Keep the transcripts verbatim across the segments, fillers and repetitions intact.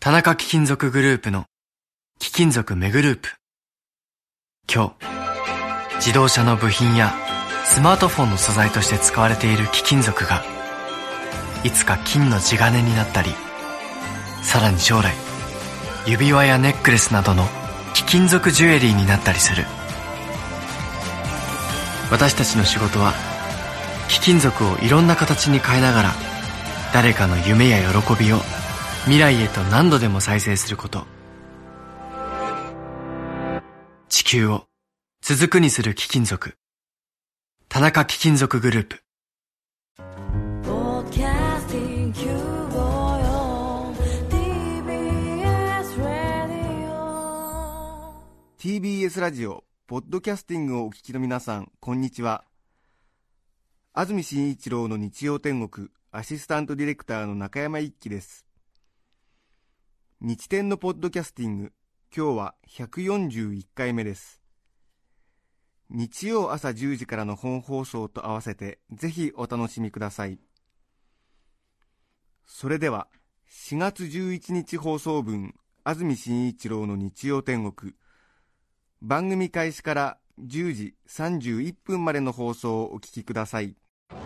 田中貴金属グループの貴金属メグループ。今日、自動車の部品やスマートフォンの素材として使われている貴金属がいつか金の地金になったり、さらに将来指輪やネックレスなどの貴金属ジュエリーになったりする。私たちの仕事は貴金属をいろんな形に変えながら誰かの夢や喜びを未来へと何度でも再生すること。地球を続くにする貴金属、田中貴金属グループ。 ティービーエス ラジオポッドキャスティングをお聞きの皆さん、こんにちは。安住紳一郎の日曜天国アシスタントディレクターの中山一輝です。日天のポッドキャスティング、今日はひゃくよんじゅういっかいめです。日曜朝じゅうじからの本放送と合わせてぜひお楽しみください。それではしがつじゅういちにち放送分、安住紳一郎の日曜天国、番組開始からじゅうじさんじゅういっぷんまでの放送をお聞きください。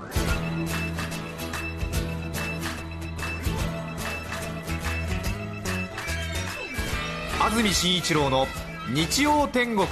安住紳一郎の日曜天国。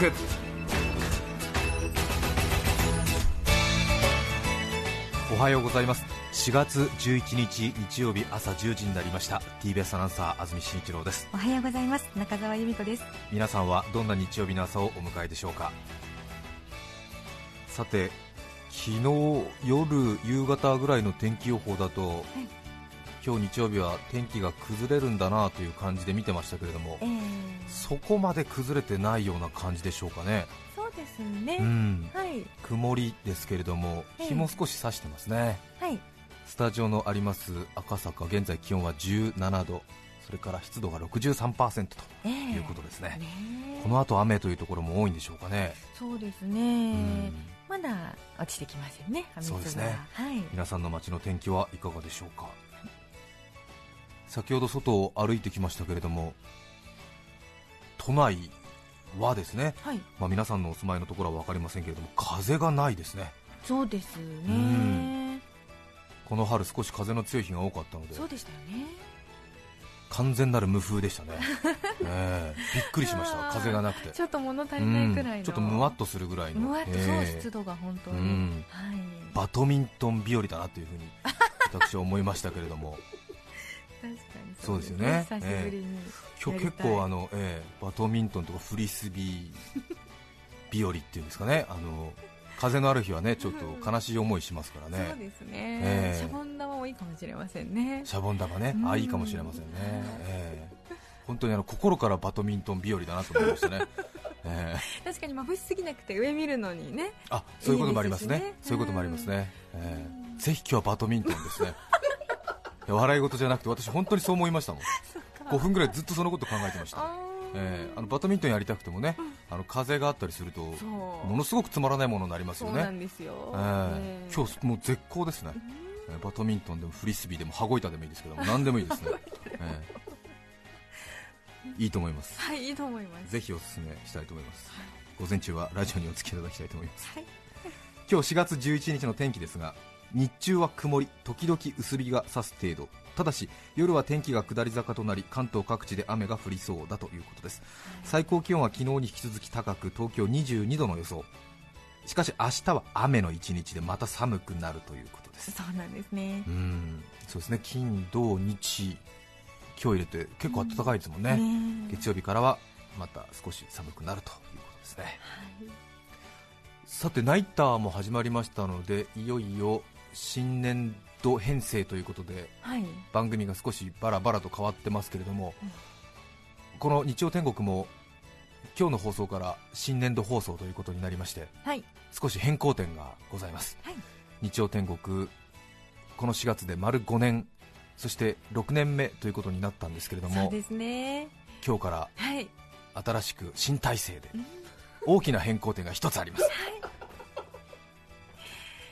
おはようございます。しがつじゅういちにち日曜日朝じゅうじになりました。 ティービーエス アナウンサー安住紳一郎です。 おはようございます。中澤由美子です。 皆さんはどんな日曜日の朝をお迎えでしょうか。さて、昨日夜夕方ぐらいの天気予報だと、はい、今日日曜日は天気が崩れるんだなという感じで見てましたけれども、えー、そこまで崩れてないような感じでしょうかね。 そうですね、 うんはい、 曇りですけれども、日も少し差してますね、 はい、 スタジオのあります赤坂、現在気温はじゅうななど、それから湿度が ろくじゅうさんパーセント ということですね、えー、ね、この後雨というところも多いんでしょうかね。 そうですね、まだ落ちてきませんね、雨粒は。そうですね、はい、皆さんの街の天気はいかがでしょうか。先ほど外を歩いてきましたけれども、都内はですね、はい、まあ、皆さんのお住まいのところは分かりませんけれども、風がないですね。 そうですね、 この春少し風の強い日が多かったので、 そうでしたよね、 完全なる無風でしたね、えー、びっくりしました。風がなくてちょっと物足りないくらいの、 ちょっとムワッとするぐらいの、 ムワッと、 えー、 そう、湿度が本当に、はい、 バドミントン日和だなというふうに私は思いましたけれども確かにそうですよね。 久しぶりに、 えー、今日結構あの、えー、バドミントンとかフリスビー日和っていうんですかね、あの風のある日はねちょっと悲しい思いしますからね。 そうですね、 えー、 シャボン玉もいいかもしれませんね。 シャボン玉ね、あ、いいかもしれませんね、えー、本当にあの心からバドミントン日和だなと思いましたねえー、 確かに眩しすぎなくて上見るのにね、 あ、そういうこともありますね、いいですね、そういうこともありますね、えー、ぜひ今日はバドミントンですね笑い事じゃなくて私本当にそう思いましたもんごふんぐらいずっとそのこと考えてました。えー、あのバドミントンやりたくてもね、うん、あの風があったりするとものすごくつまらないものになりますよね。 そうなんですよ、 えー、今日もう絶好ですね、うん、バドミントンでもフリスビーでも羽子板でもいいですけども何でもいいですね、えー、いいと思います。 はい、いいと思います。 ぜひおすすめしたいと思います、はい、午前中はラジオにお付き合いいただきたいと思います、はい、今日しがつじゅういちにちの天気ですが、日中は曇り、時々薄日が差す程度、ただし夜は天気が下り坂となり関東各地で雨が降りそうだということです、はい、最高気温は昨日に引き続き高く東京にじゅうにどの予想。しかし明日は雨の一日でまた寒くなるということです。 そうなんですね。 うん、そうですね、金土日今日入れて結構暖かいですもんね、うん、月曜日からはまた少し寒くなるということですね、はい、さてナイターも始まりましたので、いよいよ新年度編成ということで、はい、番組が少しバラバラと変わってますけれども、うん、この日曜天国も今日の放送から新年度放送ということになりまして、はい、少し変更点がございます、はい、日曜天国このしがつで丸ごねん、そしてろくねんめということになったんですけれども、 そうですね、 今日から新しく新体制で大きな変更点が一つあります、はい、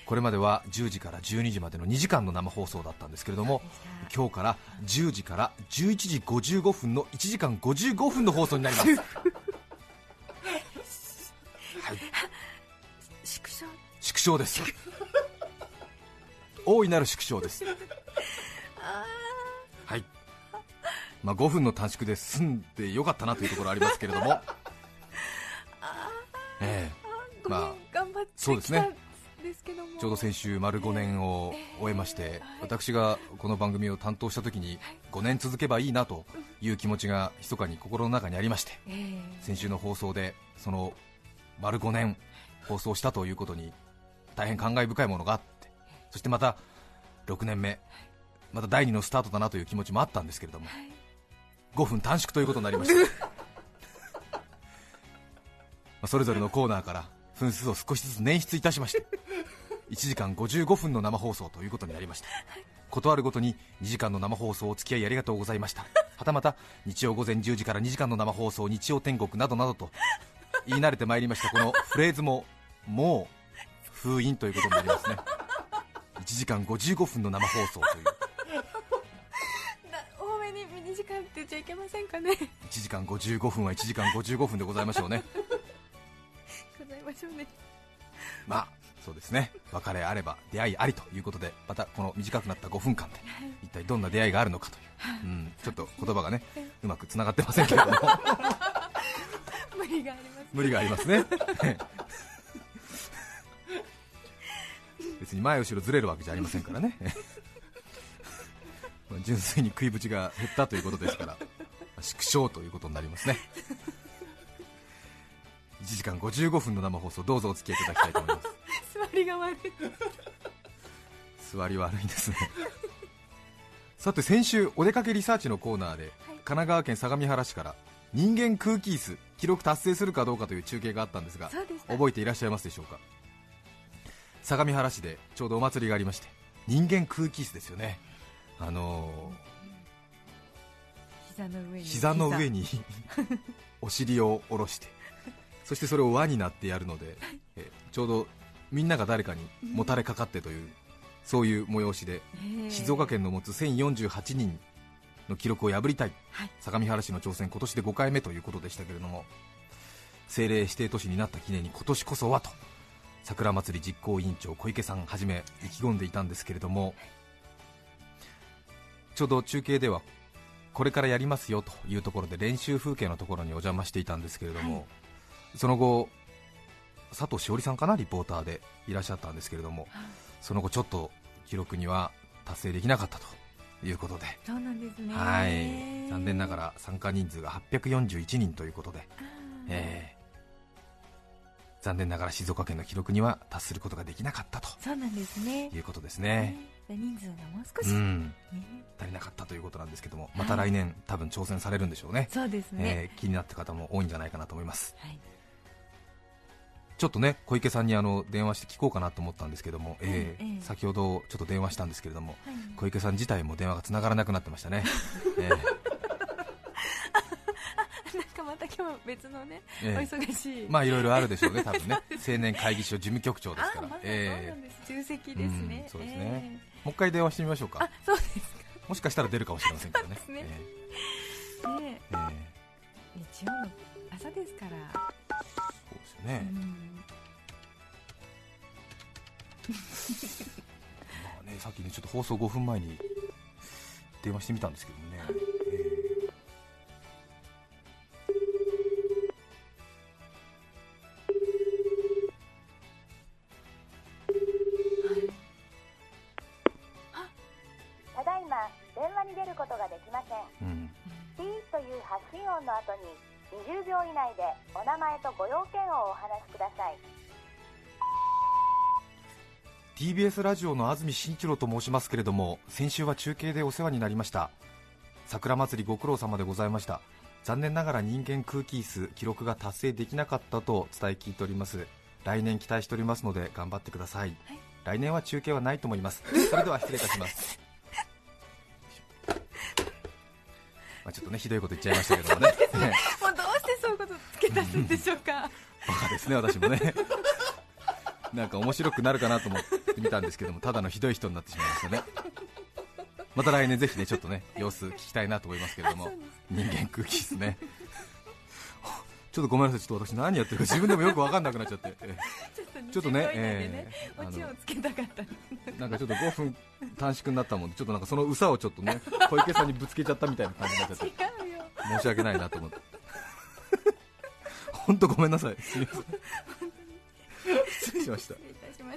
これまではじゅうじからじゅうにじまでのにじかんの生放送だったんですけれども、今日からじゅうじからじゅういちじごじゅうごふんのいちじかんごじゅうごふんの放送になりますはい、 縮小縮小です大いなる縮小ですはい、まあ、ごふんの短縮で済んでよかったなというところありますけれどもええ、まあ頑張ってそうですね、 ですけども、 ちょうど先週丸ごねんを終えまして、えーはい、私がこの番組を担当した時にごねん続けばいいなという気持ちが密かに心の中にありまして、えー、先週の放送でその丸ごねん放送したということに大変感慨深いものがあって、そしてまたろくねんめ、まただいにのスタートだなという気持ちもあったんですけれども、ごふん短縮ということになりましたそれぞれのコーナーから分数を少しずつ捻出いたしましていちじかんごじゅうごふんの生放送ということになりました。ことあるごとににじかんの生放送お付き合いありがとうございました。はたまた日曜午前じゅうじからにじかんの生放送日曜天国などなどと言い慣れてまいりました。このフレーズももう封印ということになりますね。いちじかんごじゅうごふんの生放送という多めににじかんって言っちゃいけませんかね。いちじかんごじゅうごふんはいちじかんごじゅうごふんでございましょうねございましょうね。 まあそうですね、別れあれば出会いありということで、またこの短くなったごふんかんで一体どんな出会いがあるのかという、うん、ちょっと言葉がねうまくつながってませんけれども無理がありますね。 無理がありますね別に前後ろずれるわけじゃありませんからね純粋に食いぶちが減ったということですから縮小ということになりますね。いちじかんごじゅうごふんの生放送、どうぞお付き合いいただきたいと思います座りが悪い座り悪いですねさて先週お出かけリサーチのコーナーで、はい、神奈川県相模原市から人間空気椅子記録達成するかどうかという中継があったんですが、覚えていらっしゃいますでしょうか。相模原市でちょうどお祭りがありまして、人間空気椅子ですよね。あのー、膝の上に膝の上にお尻を下ろしてそしてそれを輪になってやるので、えちょうどみんなが誰かにもたれかかってという、そういう催しで、静岡県の持つせんよんじゅうはちにんの記録を破りたい、はい、相模原市の挑戦、今年でごかいめということでしたけれども、政令指定都市になった記念に今年こそはと桜まつり実行委員長小池さんはじめ意気込んでいたんですけれども、ちょうど中継ではこれからやりますよというところで練習風景のところにお邪魔していたんですけれども、はい、その後佐藤しおりさんかな、リポーターでいらっしゃったんですけれども、その後ちょっと記録には達成できなかったということで、 そうなんですね、 はい、残念ながら参加人数がはっぴゃくよんじゅういちにんということで、えー、残念ながら静岡県の記録には達することができなかったと、 そうなんですね、 いうことですね。 人数がもう少し、 うんね、足りなかったということなんですけども、また来年、はい、多分挑戦されるんでしょうね。 そうですね、 えー、気になった方も多いんじゃないかなと思います、はい、ちょっとね小池さんにあの電話して聞こうかなと思ったんですけども、えーえー、先ほどちょっと電話したんですけれども、はい、小池さん自体も電話がつながらなくなってましたね、えー、なんかまた今日別のね、えー、お忙しい、 まあいろいろあるでしょうね多分ね青年会議所事務局長ですから、 あ、まだそうなんです、重責ですね、 うん、そうですね、えーもう一回電話してみましょうか。 あ、そうですか。 もしかしたら出るかもしれませんけどね。 そうですね。 えーねえー、日曜の朝ですから。 そうですよね。まあね、さっきねちょっと放送ごふんまえに電話してみたんですけどもね。えーの後ににじゅうびょう以内でお名前とご用件をお話しください。 ティービーエス ラジオの安住紳一郎と申しますけれども、先週は中継でお世話になりました。桜祭りご苦労様でございました。残念ながら人間空気椅子記録が達成できなかったと伝え聞いております。来年期待しておりますので頑張ってください、はい、来年は中継はないと思います。それでは失礼いたしますまあちょっとねひどいこと言っちゃいましたけどもねもうどうしてそういうことつけ出すんでしょうかバカですね私もねなんか面白くなるかなと思ってみたんですけども、ただのひどい人になってしまいましたね。また来年ぜひねちょっとね様子聞きたいなと思いますけれども、人間空気ですね。ちょっとごめんなさい、ちょっと私何やってるか自分でもよく分かんなくなっちゃって、えー、ちょっとね、えー、オチをつけたかった。 なんかちょっとごふん短縮になったもんで、ちょっとなんかそのうさをちょっとね小池さんにぶつけちゃったみたいな感じになっちゃって申し訳ないなと思って本当ごめんなさい、すみません失礼しました。 失礼いたしました。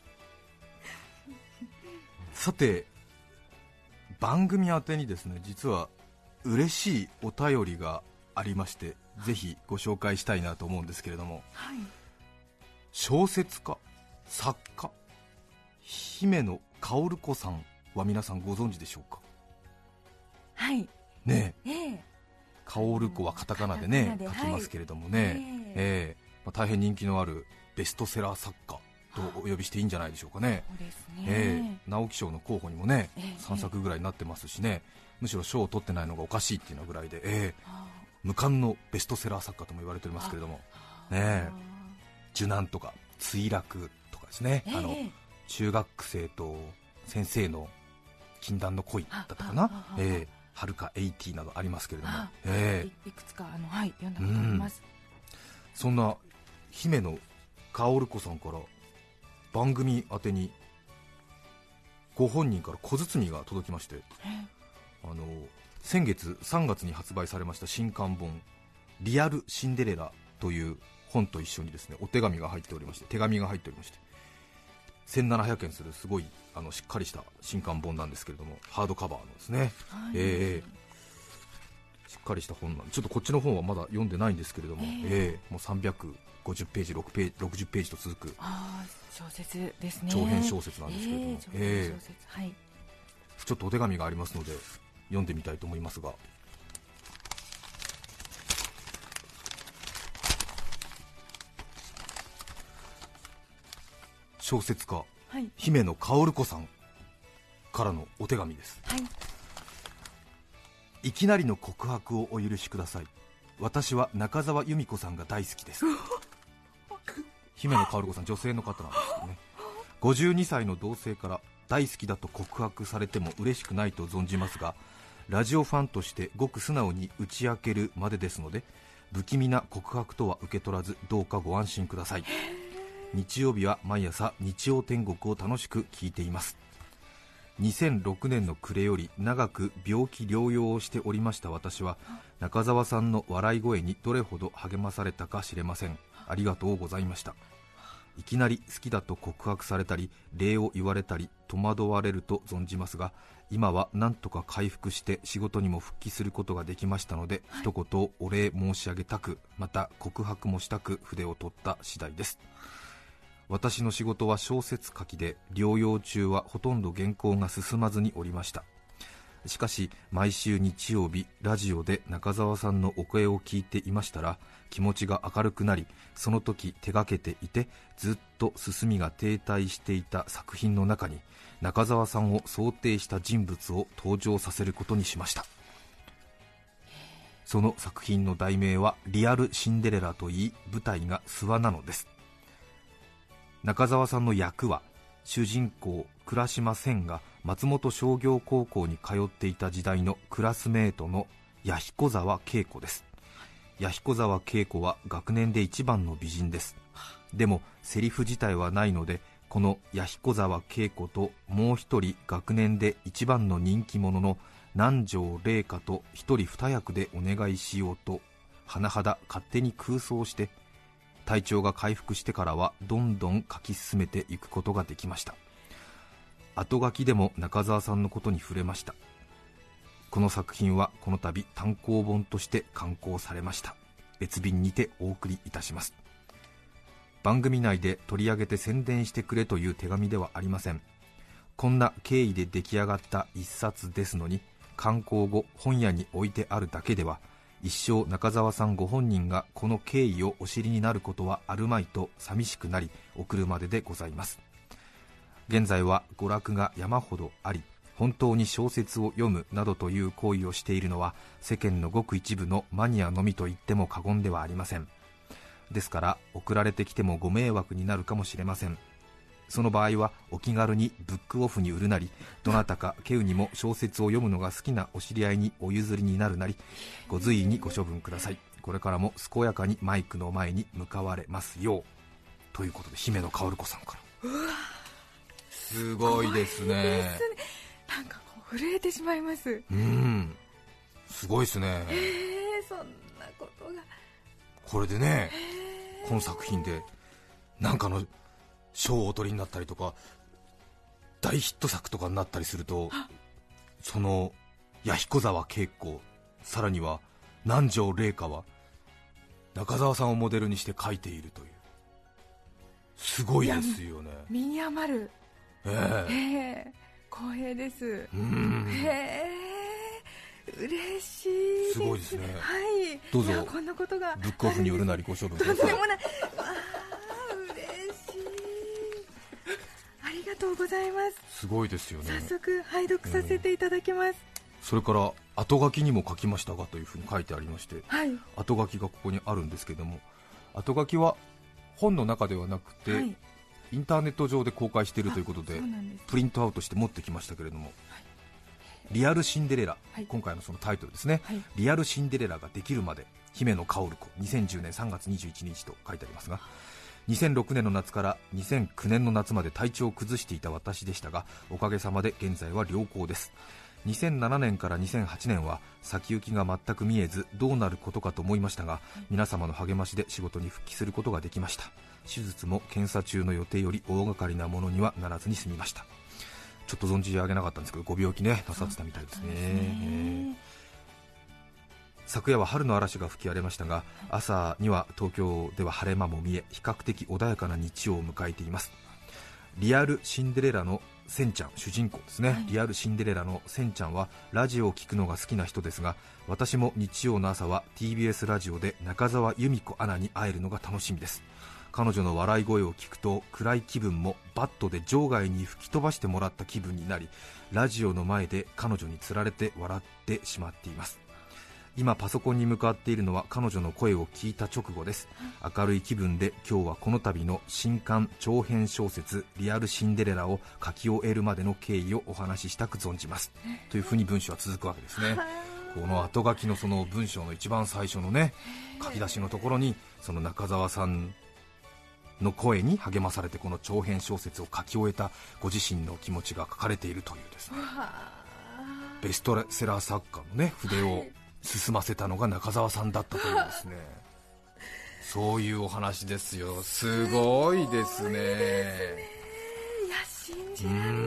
さて番組宛てにですね、実は嬉しいお便りがありまして、ぜひご紹介したいなと思うんですけれども、はい、小説家作家姫野薫子さんは皆さんご存知でしょうか。 はいねえ、 ええ、 薫子はカタカナでね書きますけれどもね、はい、ええまあ、大変人気のあるベストセラー作家とお呼びしていいんじゃないでしょうかね。 そうですね、 ええ、直木賞の候補にもね、ええ、さんさくぐらいになってますしね、むしろ賞を取ってないのがおかしいっていうのぐらいで、ええ、無冠のベストセラー作家とも言われておりますけれども、ね、受難とか墜落とかですね、えー、あの中学生と先生の禁断の恋だったかな、えー、はるかはちじゅうなどありますけれども、えー、いくつかあの、はい、読んだことあります、 うん、そんな姫野薫子さんから番組宛てにご本人から小包が届きまして、あの先月さんがつに発売されました新刊本リアルシンデレラという本と一緒にですねお手紙が入っておりまして手紙が入っておりましてせんななひゃくえんするすごいあのしっかりした新刊本なんですけれども、ハードカバーのですね、はい、えー、しっかりした本なんで、ちょっとこっちの本はまだ読んでないんですけれども、えーえー、もうさんびゃくごじゅっページろくページろくじゅっページと続くあ小説ですね、 長編小説なんですけれども、 えーえーはい、 ちょっとお手紙がありますので読んでみたいと思いますが、小説家、はい、姫野薫子さんからのお手紙です、はい、いきなりの告白をお許しください。私は中澤由美子さんが大好きです姫野薫子さん女性の方なんですよね。ごじゅうにさいの同性から大好きだと告白されても嬉しくないと存じますが、ラジオファンとしてごく素直に打ち明けるまでですので、不気味な告白とは受け取らずどうかご安心ください。日曜日は毎朝日曜天国を楽しく聞いています。にせんろくねんの暮れより長く病気療養をしておりました私は、中澤さんの笑い声にどれほど励まされたか知れません。ありがとうございました。いきなり好きだと告白されたり礼を言われたり戸惑われると存じますが、今は何とか回復して仕事にも復帰することができましたので、はい、一言お礼申し上げたく、また告白もしたく筆を取った次第です。私の仕事は小説書きで、療養中はほとんど原稿が進まずにおりました。しかし毎週日曜日ラジオで中澤さんのお声を聞いていましたら、気持ちが明るくなり、その時手がけていてずっと進みが停滞していた作品の中に中澤さんを想定した人物を登場させることにしました。その作品の題名はリアルシンデレラといい、舞台が諏訪なのです。中澤さんの役は主人公倉島千が松本商業高校に通っていた時代のクラスメートの弥彦沢恵子です。弥彦沢恵子は学年で一番の美人です。でもセリフ自体はないので、この弥彦沢恵子ともう一人学年で一番の人気者の南條麗華と一人二役でお願いしようと甚だ勝手に空想して、体調が回復してからはどんどん書き進めていくことができました。後書きでも中澤さんのことに触れました。この作品はこの度単行本として刊行されました。別便にてお送りいたします。番組内で取り上げて宣伝してくれという手紙ではありません。こんな経緯で出来上がった一冊ですのに、刊行後本屋に置いてあるだけでは一生中澤さんご本人がこの経緯をお知りになることはあるまいと寂しくなり送るまででございます。現在は娯楽が山ほどあり、本当に小説を読むなどという行為をしているのは世間のごく一部のマニアのみと言っても過言ではありません。 ですから送られてきてもご迷惑になるかもしれません。その場合はお気軽にブックオフに売るなり、どなたか稀有にも小説を読むのが好きなお知り合いにお譲りになるなり、ご随意にご処分ください。これからも健やかにマイクの前に向かわれますよう、ということで姫野薫子さんから。うわ、すごいですね。ですね、 なんかこう震えてしまいます。 うん、すごいですね。 えー、そんなことが。 これでね、この作品でなんかの賞をお取りになったりとか大ヒット作とかになったりすると、その弥彦沢恵子、さらには南條麗華は中澤さんをモデルにして書いているという、すごいですよね。 身に余る、 えーえー、光栄です。 うん、 えー、嬉しいです。 すごいですね。 はい、 どうぞこんなことがブックオフに売るなりご処分ください。 とんでもない。ありがとうございます。 すごいですよね。 早速拝読させていただきます、うん、 それから後書きにも書きましたがというふうに書いてありまして、 はい、 後書きがここにあるんですけども、後書きは本の中ではなくて、はい、インターネット上で公開しているということ で, でプリントアウトして持ってきましたけれども、はい、リアルシンデレラ、はい、今回のそのタイトルですね、はい、リアルシンデレラができるまで姫野薫子にせんじゅうねんさんがつにじゅういちにちと書いてありますが、にせんろくねんの夏からにせんきゅうねんの夏まで体調を崩していた私でしたが、おかげさまで現在は良好です。にせんななねんからにせんはちねんは先行きが全く見えずどうなることかと思いましたが、皆様の励ましで仕事に復帰することができました。手術も検査中の予定より大掛かりなものにはならずに済みました。ちょっと存じ上げなかったんですけど、ご病気ねなさってたみたいですね。ですね。昨夜は春の嵐が吹き荒れましたが、朝には東京では晴れ間も見え、比較的穏やかな日曜を迎えています。リアルシンデレラのセンちゃん、主人公ですね、はい、リアルシンデレラのセンちゃんはラジオを聞くのが好きな人ですが、私も日曜の朝は ティービーエス ラジオで中澤由美子アナに会えるのが楽しみです。彼女の笑い声を聞くと暗い気分もバットで場外に吹き飛ばしてもらった気分になり、ラジオの前で彼女につられて笑ってしまっています。今パソコンに向かっているのは彼女の声を聞いた直後です。明るい気分で今日はこの度の新刊長編小説リアルシンデレラを書き終えるまでの経緯をお話ししたく存じます、というふうに文章は続くわけですね。この後書きのその文章の一番最初のね、書き出しのところにその中澤さんの声に励まされてこの長編小説を書き終えたご自身の気持ちが書かれているというですね、ベストセラー作家のね筆を進ませたのが中澤さんだったというですねそういうお話ですよ。すごいですね。いや信じられない。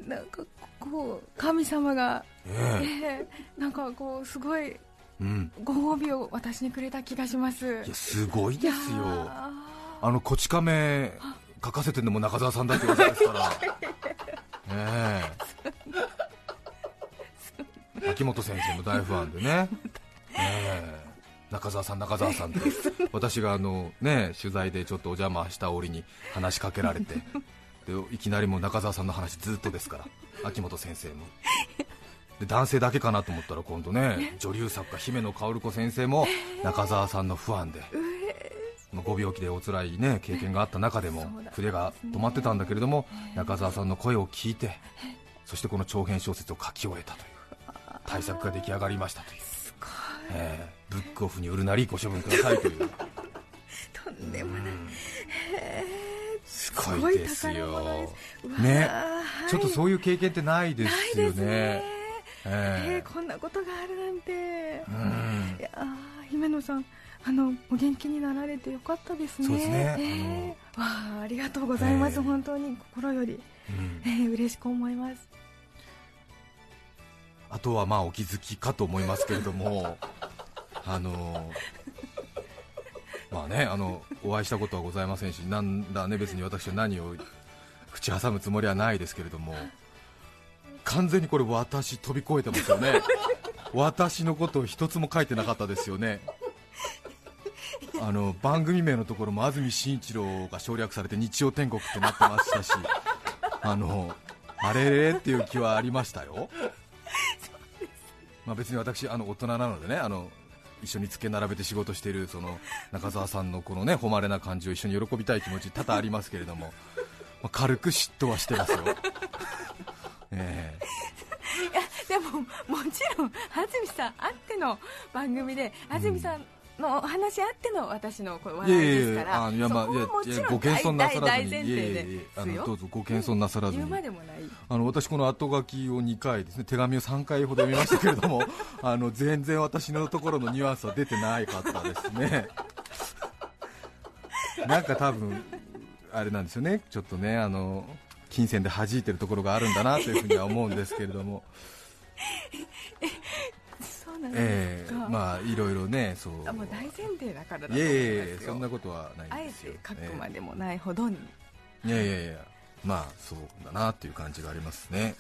なんかこう神様が、えーえー、なんかこうすごいご褒美を私にくれた気がします。 いやすごいですよ。あのこち亀書かせてるのも中澤さんだって噂ですからえー、秋元先生の大ファンでね、えー、中澤さん中澤さんって私があの、ね、取材でちょっとお邪魔した折に話しかけられてでいきなりもう中澤さんの話ずっとですから、秋元先生もで男性だけかなと思ったら今度ね女流作家姫野薫子先生も中澤さんのファンで、ご病気でお辛い、ね、経験があった中でも筆が止まってたんだけれども、中澤さんの声を聞いてそしてこの長編小説を書き終えたという大作が出来上がりましたという、えー、ブックオフに売るなりご処分くださいというとんでもない、うん、 すごいですよね。ちょっとそういう経験ってないですよね。ないですね、 えー、こんなことがあるなんて、うん、いや姫野さんあのお元気になられてよかったですね。 そうですね、 えー、わあ、ありがとうございます、えー、本当に心より、うんえー、嬉しく思います。 あとはまあお気づきかと思いますけれどもあのまあねあのお会いしたことはございませんし、なんだね別に私は何を口挟むつもりはないですけれども、完全にこれ私飛び越えてますよね私のことを一つも書いてなかったですよね。あの番組名のところも安住紳一郎が省略されて日曜天国となってましたしあのあれれっていう気はありましたよ。まあ、別に私あの大人なのでね、あの一緒に付け並べて仕事しているその中澤さんのこのね誉れな感じを一緒に喜びたい気持ち多々ありますけれども、まあ、軽く嫉妬はしてますよ。えー、いやでももちろん安住さんあっての番組で安住さんのお話あっての私のこう笑いですから、そこはもちろん大前提ですよ。 どうぞご謙遜なさらずに。 言うまでもない。 あの私この後書きをにかいですね、手紙をさんかいほど読みましたけれどもあの全然私のところのニュアンスは出てないかったですね。なんか多分あれなんですよね、ちょっとねあの金銭で弾いてるところがあるんだなというふうには思うんですけれどもそうなんですか。 えー、まあいろいろね、そうあもう大前提だからだと思いますよ。 いやいやいやそんなことはないんですよ。 あえて書くまでもないほどに、 えー、いやいやいやまあそうだなっていう感じがありますね。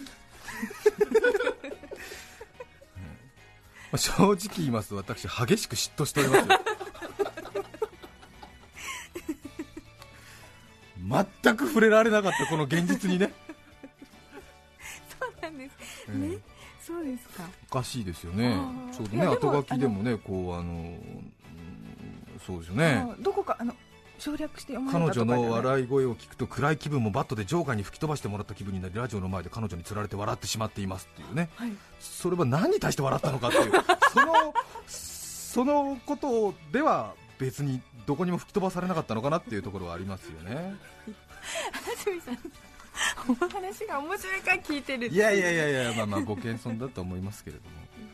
うん、正直言いますと私激しく嫉妬しておりますよ。全く触れられなかったこの現実にね。 そうなんですね、うん、そうですか。 おかしいですよね。ちょうどね後書きでもねこうあの、うん、そうですよね。 どこかあの省略して読ま彼れたとか女の笑い声を聞くと暗い気分もバットでジョーカーに吹き飛ばしてもらった気分になりラジオの前で彼女に釣られて笑ってしまっていますっていうね、はい、それは何に対して笑ったのかっていうそのそのことでは別にどこにも吹き飛ばされなかったのかなっていうところはありますよね。 安住さんお話が面白いから聞いてる。 いやいやいやいやまあまあご謙遜だと思いますけれども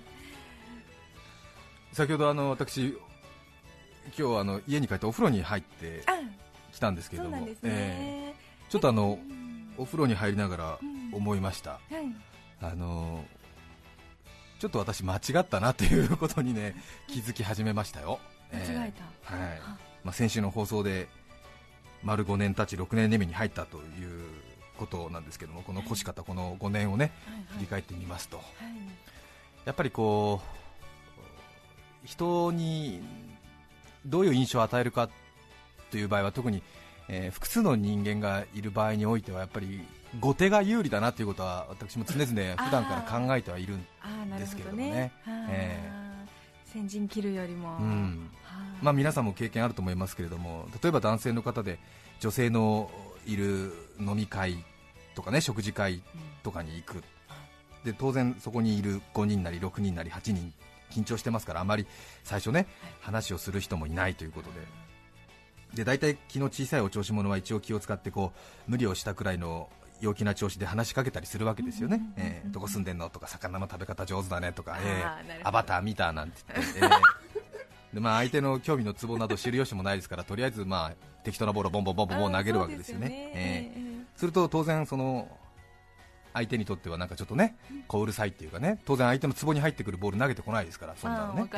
先ほどあの私今日あの家に帰ってお風呂に入ってきたんですけれども、ねえー、ちょっとあの、うん、お風呂に入りながら思いました、うんはい、あのちょっと私間違ったなということにね気づき始めましたよ。 間違えた、えーはいまあ、先週の放送で丸ごねん経ちろくねんめに入ったということなんですけども、この越し方このごねんをね、はいはい、振り返ってみますと、はい、やっぱりこう人にどういう印象を与えるかという場合は特に、えー、複数の人間がいる場合においてはやっぱり後手が有利だなということは私も常々普段から考えてはいるんですけれどもね。 先陣切るよりも、 うんまあ、皆さんも経験あると思いますけれども、例えば男性の方で女性のいる飲み会とかね食事会とかに行く、で当然そこにいるごにんなりろくにんなりはちにん緊張してますからあまり最初ね話をする人もいないということで、で大体気の小さいお調子者は一応気を使ってこう無理をしたくらいの陽気な調子で話しかけたりするわけですよね、えー、どこ住んでんのとか魚の食べ方上手だねとか、えー、アバター見たなんて言って、えーでまあ、相手の興味のツボなど知る由もないですからとりあえずまあ適当なボールをボンボンボンボン投げるわけですよね。す, よね、えー、すると当然その相手にとってはなんかちょっとねこううるさいっていうかね、当然相手のツボに入ってくるボール投げてこないですから、そんなのね。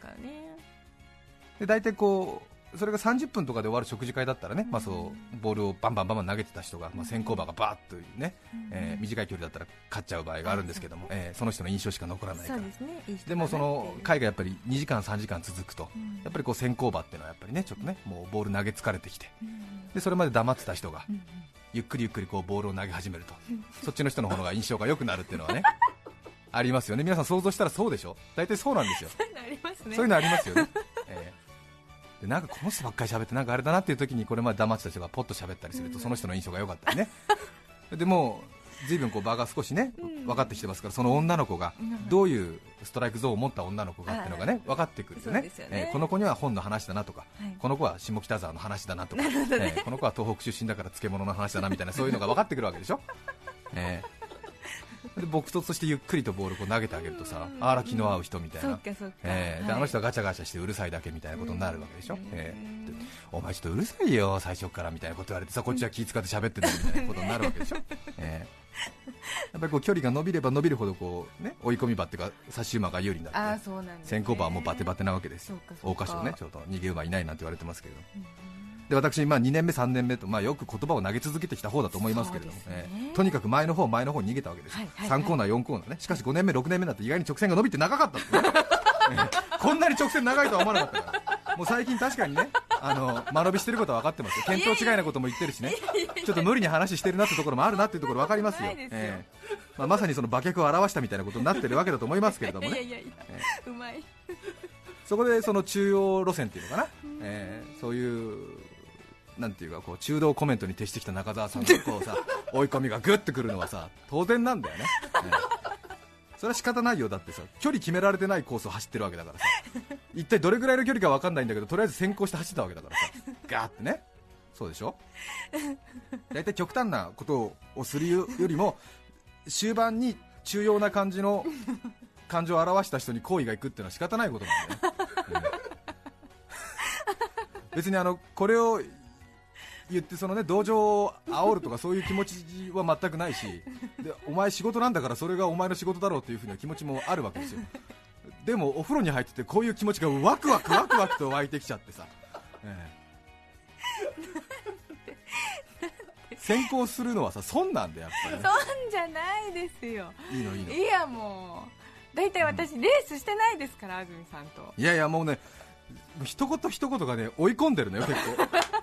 で大体こうそれがさんじゅっぷんとかで終わる食事会だったらね、まあ、そうボールをバンバンバンバン投げてた人が、まあ、先行馬がバーッというね、えー、短い距離だったら勝っちゃう場合があるんですけども、えー、その人の印象しか残らないから。そうですね、いい人だなっていう。でもその会がやっぱりにじかんさんじかん続くと、やっぱりこう先行馬っていうのはやっぱりねちょっとねもうボール投げ疲れてきて、でそれまで黙ってた人がゆっくりゆっくりこうボールを投げ始めると、そっちの人の方が印象が良くなるっていうのはねありますよね。皆さん想像したらそうでしょ。大体そうなんですよ。 そういうのありますね。 そういうのありますよね、えーでなんかこの人ばっかり喋ってなんかあれだなっていう時にこれまで黙ってた人がポッと喋ったりするとその人の印象が良かったりねでも随分こう場が少しね分かってきてますから、その女の子がどういうストライクゾーンを持った女の子がっていうのがね分かってくるんですよね。えー、この子には本の話だなとか、はい、この子は下北沢の話だなとか、ねえー、この子は東北出身だから漬物の話だなみたいなそういうのが分かってくるわけでしょ、えーで僕とそしてゆっくりとボールをこう投げてあげるとさ、あら気の合う人みたいな、えーではい、あの人はガチャガチャしてうるさいだけみたいなことになるわけでしょ、えー、でお前ちょっとうるさいよ最初からみたいなこと言われてさ、こっちは気使って喋ってるみたいなことになるわけでしょ、えー、やっぱりこう距離が伸びれば伸びるほどこう、ね、追い込み馬っていうか差し馬が有利になって、あそうなんですね、先行馬はもうバテバテなわけですよ。桜花賞ねちょっと逃げ馬いないなんて言われてますけど、うんで私、まあ、にねんめさんねんめと、まあ、よく言葉を投げ続けてきた方だと思いますけれども、ねえー、とにかく前の方前の方に逃げたわけです、はいはいはい、さんコーナーよんコーナーね。しかしごねんめろくねんめだと意外に直線が伸びて長かったってね、えー、こんなに直線長いとは思わなかったから、もう最近確かにねあの間延びしてることは分かってますよ。見当違いなことも言ってるしね、ちょっと無理に話してるなってところもあるなっていうところ分かりますよ。えーまあ、まさにその馬脚を表したみたいなことになってるわけだと思いますけれどもね。 うまいそこでその中央路線っていうのかな、えー、そういうなんていうかこう中道コメントに徹してきた中澤さんのこうさ追い込みがグッとくるのはさ当然なんだよね、えー、それは仕方ないよ。だってさ距離決められてないコースを走ってるわけだからさ一体どれぐらいの距離か分かんないんだけどとりあえず先行して走ったわけだからさガーってね。そうでしょ。だいたい極端なことをするよりも終盤に重要な感じの感情を表した人に好意がいくっていうのは仕方ないことなんだよね、うん、別にあのこれを言ってそのね同情を煽るとかそういう気持ちは全くないしでお前仕事なんだからそれがお前の仕事だろうというふうな気持ちもあるわけですよ。でもお風呂に入っててこういう気持ちがワクワクワクワクと湧いてきちゃってさ、ええ、先行するのはさ損なんだよやっぱり、ね、 損じゃないですよ。 いいのいいの。 いやもうだいたい私、うん、レースしてないですから安住さんと。 いやいやもうね一言一言がね追い込んでるのよ結構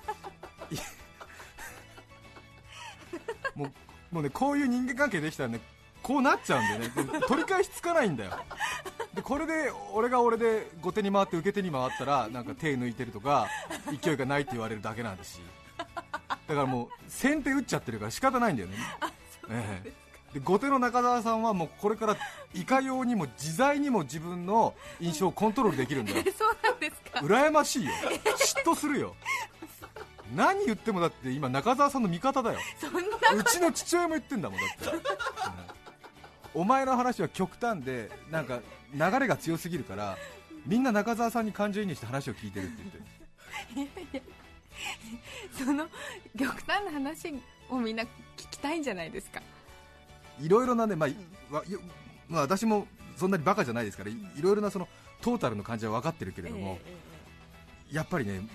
もう、もうねこういう人間関係できたらねこうなっちゃうんだよね。で取り返しつかないんだよ。でこれで俺が俺で後手に回って受け手に回ったらなんか手抜いてるとか勢いがないって言われるだけなんですし、だからもう先手打っちゃってるから仕方ないんだよね。ええ、で後手の中澤さんはもうこれからいかようにも自在にも自分の印象をコントロールできるんだよ。 そうなんですか。 羨ましいよ。嫉妬するよ。何言ってもだって今中澤さんの味方だよ。 そんなうちの父親も言ってんだもんだって、うん、お前の話は極端でなんか流れが強すぎるからみんな中澤さんに感情移入して話を聞いてるって言ってる。いやいやその極端な話をみんな聞きたいんじゃないですか。 いろいろなね、まあまあ、私もそんなにバカじゃないですから い, いろいろなそのトータルの感じは分かってるけれども、えーえー、やっぱりね、はい、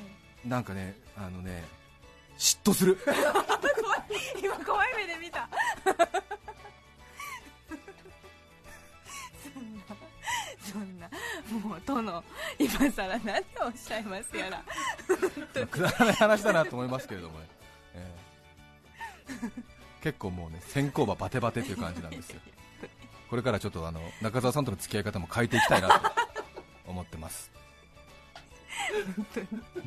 なんかねあのね嫉妬する今怖い目で見たそんなそんなもう殿今さら何をおっしゃいますやらくだらない話だなと思いますけれどもね、えー、結構もうね先行馬バテバテという感じなんですよ。これからちょっとあの中澤さんとの付き合い方も変えていきたいなと思ってます。 本当に、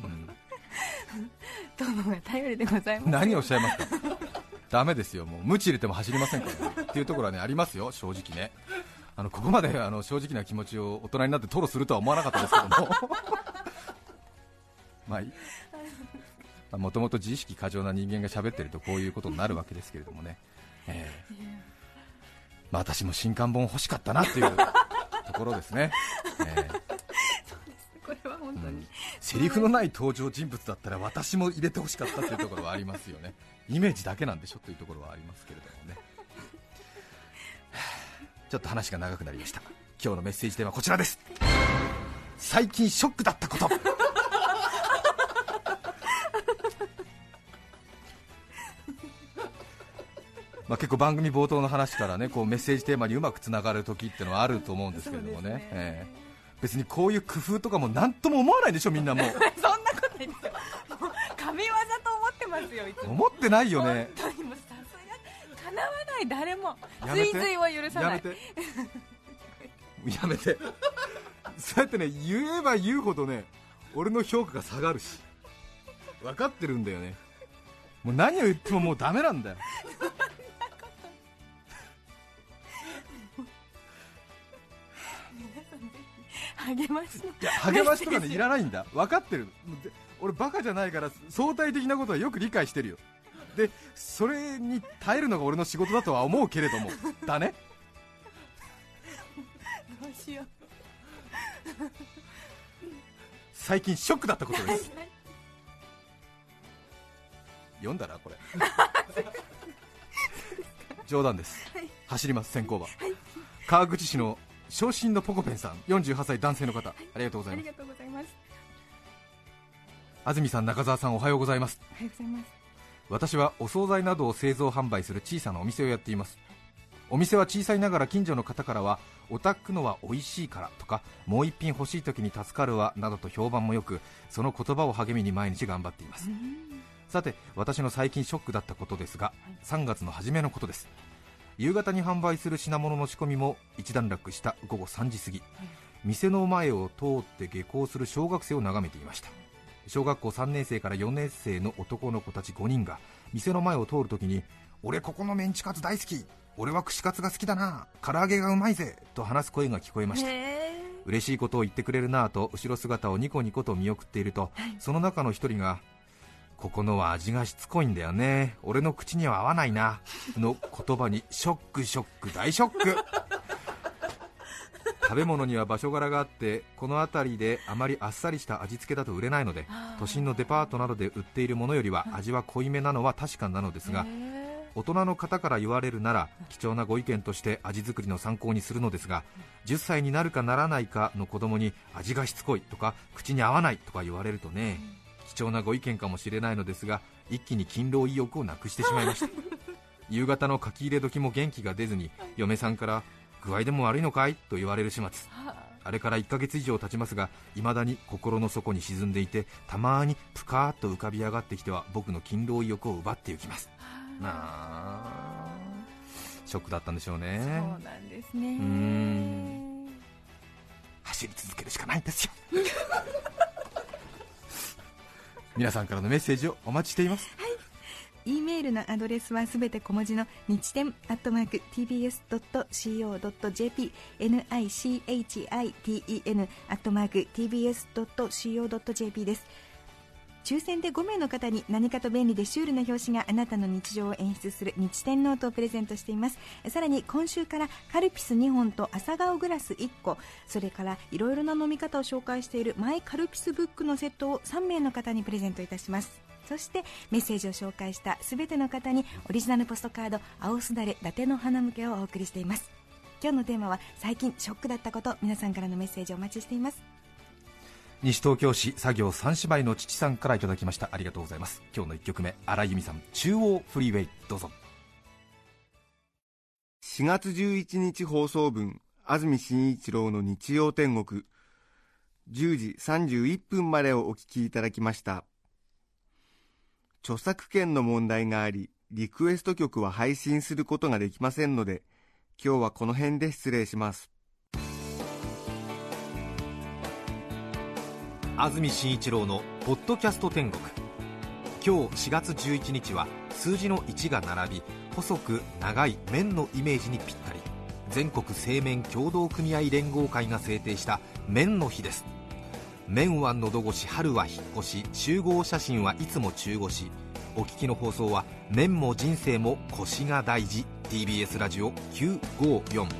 うん、殿が頼りでございます。 何をおっしゃいますか。ダメですよ、もう無知入れても走りませんから、ね、っていうところはねありますよ正直ね。あのここまであの正直な気持ちを大人になって吐露するとは思わなかったですけどもまあもともと自意識過剰な人間が喋ってるとこういうことになるわけですけれどもね、えーまあ、私も新刊本欲しかったなっていうところですね、えー、そうですこれは本当に、うん、 セリフのない登場人物だったら私も入れて欲しかったというところはありますよね。イメージだけなんでしょというところはありますけれどもねちょっと話が長くなりました。今日のメッセージテーマはこちらです。最近ショックだったことまあ結構番組冒頭の話からねこうメッセージテーマにうまくつながる時ってのはあると思うんですけれども ね, ね、えー、別にこういう工夫とかも何とも思わないでしょみんなもうそんなことないですよ。もう神業と思ってますよいつも。 思ってないよね。 本当にもうさすが叶わない誰も追随は許さない。 やめてやめてそうやってね言えば言うほどね俺の評価が下がるし分かってるんだよね。もう何を言ってももうダメなんだよ励ましいや励ましとかねいらないんだ。分かってる。俺バカじゃないから相対的なことはよく理解してるよ。でそれに耐えるのが俺の仕事だとは思うけれどもだね。 どうしよう最近ショックだったことです読んだなこれ冗談です、はい、走ります先行馬、はい、川口市の昇進のポコペンさんよんじゅうはっさい男性の方、はい、ありがとうございます。 ありがとうございます。 安住さん中澤さんおはようございます。 おはようございます。 私はお惣菜などを製造販売する小さなお店をやっています。お店は小さいながら近所の方からはお炊くのは美味しいからとかもう一品欲しい時に助かるわなどと評判もよくその言葉を励みに毎日頑張っています。さて私の最近ショックだったことですが、はい、さんがつの初めのことです。夕方に販売する品物の仕込みも一段落した午後さんじ過ぎ、はい、 店の前を通って下校する小学生を眺めていました。小学校さんねん生からよねん生の男の子たちごにんが店の前を通るときに、俺ここのメンチカツ大好き、俺は串カツが好きだな、唐揚げがうまいぜと話す声が聞こえました。嬉しいことを言ってくれるなぁと後ろ姿をニコニコと見送っていると、その中の一人が、ここのは味がしつこいんだよね、俺の口には合わないなの言葉にショックショック大ショック食べ物には場所柄があって、この辺りであまりあっさりした味付けだと売れないので、都心のデパートなどで売っているものよりは味は濃いめなのは確かなのですが、大人の方から言われるなら貴重なご意見として味作りの参考にするのですが、じゅっさいになるかならないかの子供に味がしつこいとか口に合わないとか言われるとね、貴重なご意見かもしれないのですが、一気に勤労意欲をなくしてしまいました夕方の書き入れ時も元気が出ずに、嫁さんから具合でも悪いのかいと言われる始末。あれからいっかげつ以上経ちますが、未だに心の底に沈んでいて、たまにぷかーっと浮かび上がってきては僕の勤労意欲を奪っていきます。なあ、ショックだったんでしょうね。 そうなんですね。 うーん、走り続けるしかないんですよ皆さんからのメッセージをお待ちしています。 はい、E メールのアドレスはすべて小文字の日天アットマーク ティービーエスドットシーオードットジェーピー ニチテン アットマーク ティービーエスドットシーオードットジェーピー です。抽選でごめいの方に何かと便利でシュールな表紙があなたの日常を演出する日天ノートをプレゼントしています。さらに今週からカルピスにほんと朝顔グラスいっこ、それからいろいろな飲み方を紹介しているマイカルピスブックのセットをさんめいの方にプレゼントいたします。そしてメッセージを紹介したすべての方にオリジナルポストカード青すだれ伊達の花向けをお送りしています。今日のテーマは最近ショックだったこと、皆さんからのメッセージをお待ちしています。 西東京市作業三姉妹の父さんからいただきました。ありがとうございます。今日のいっきょくめ、荒井由実さん、中央フリーウェイ、どうぞ。 しがつじゅういちにち放送分、安住紳一郎の日曜天国、じゅうじさんじゅういっぷんまでをお聞きいただきました。著作権の問題があり、リクエスト曲は配信することができませんので、今日はこの辺で失礼します。 安住紳一郎のポッドキャスト天国。今日しがつじゅういちにちは数字のいちが並び、細く長い麺のイメージにぴったり、全国製麺協同組合連合会が制定した麺の日です。麺はのど越し、春は引っ越し、集合写真はいつも中腰。お聞きの放送は麺も人生も腰が大事。 ティービーエス ラジオきゅうごよん。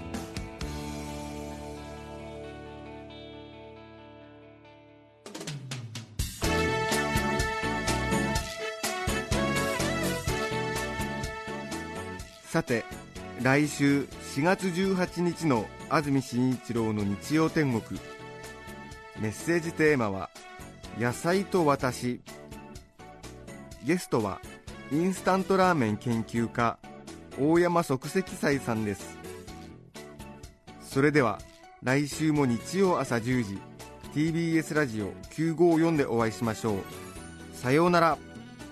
さて、来週しがつじゅうはちにちの安住紳一郎の日曜天国、メッセージテーマは野菜と私。ゲストはインスタントラーメン研究家大山即席斎さんです。それでは来週も日曜朝じゅうじ ティービーエス ラジオきゅうごよんでお会いしましょう。さようなら。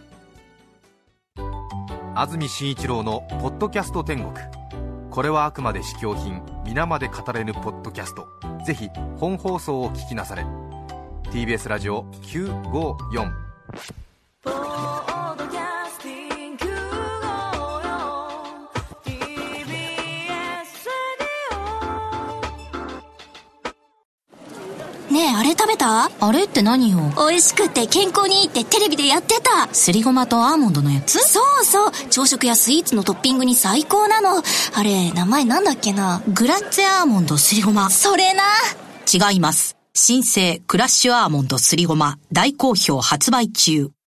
安住紳一郎のポッドキャスト天国。これはあくまで試供品、皆まで語れぬポッドキャスト。ぜひ本放送を聞きなされ。 ティービーエス ラジオきゅうごよん。 ねえ、あれ食べた？ あれって何よ？ 美味しくて健康にいいってテレビでやってた。 すりごまとアーモンドのやつ？ そうそう、朝食やスイーツのトッピングに最高なの。あれ、名前なんだっけな。 グラッツェアーモンドすりごま。 それな。 違います。新生クラッシュアーモンドすりごま大好評発売中。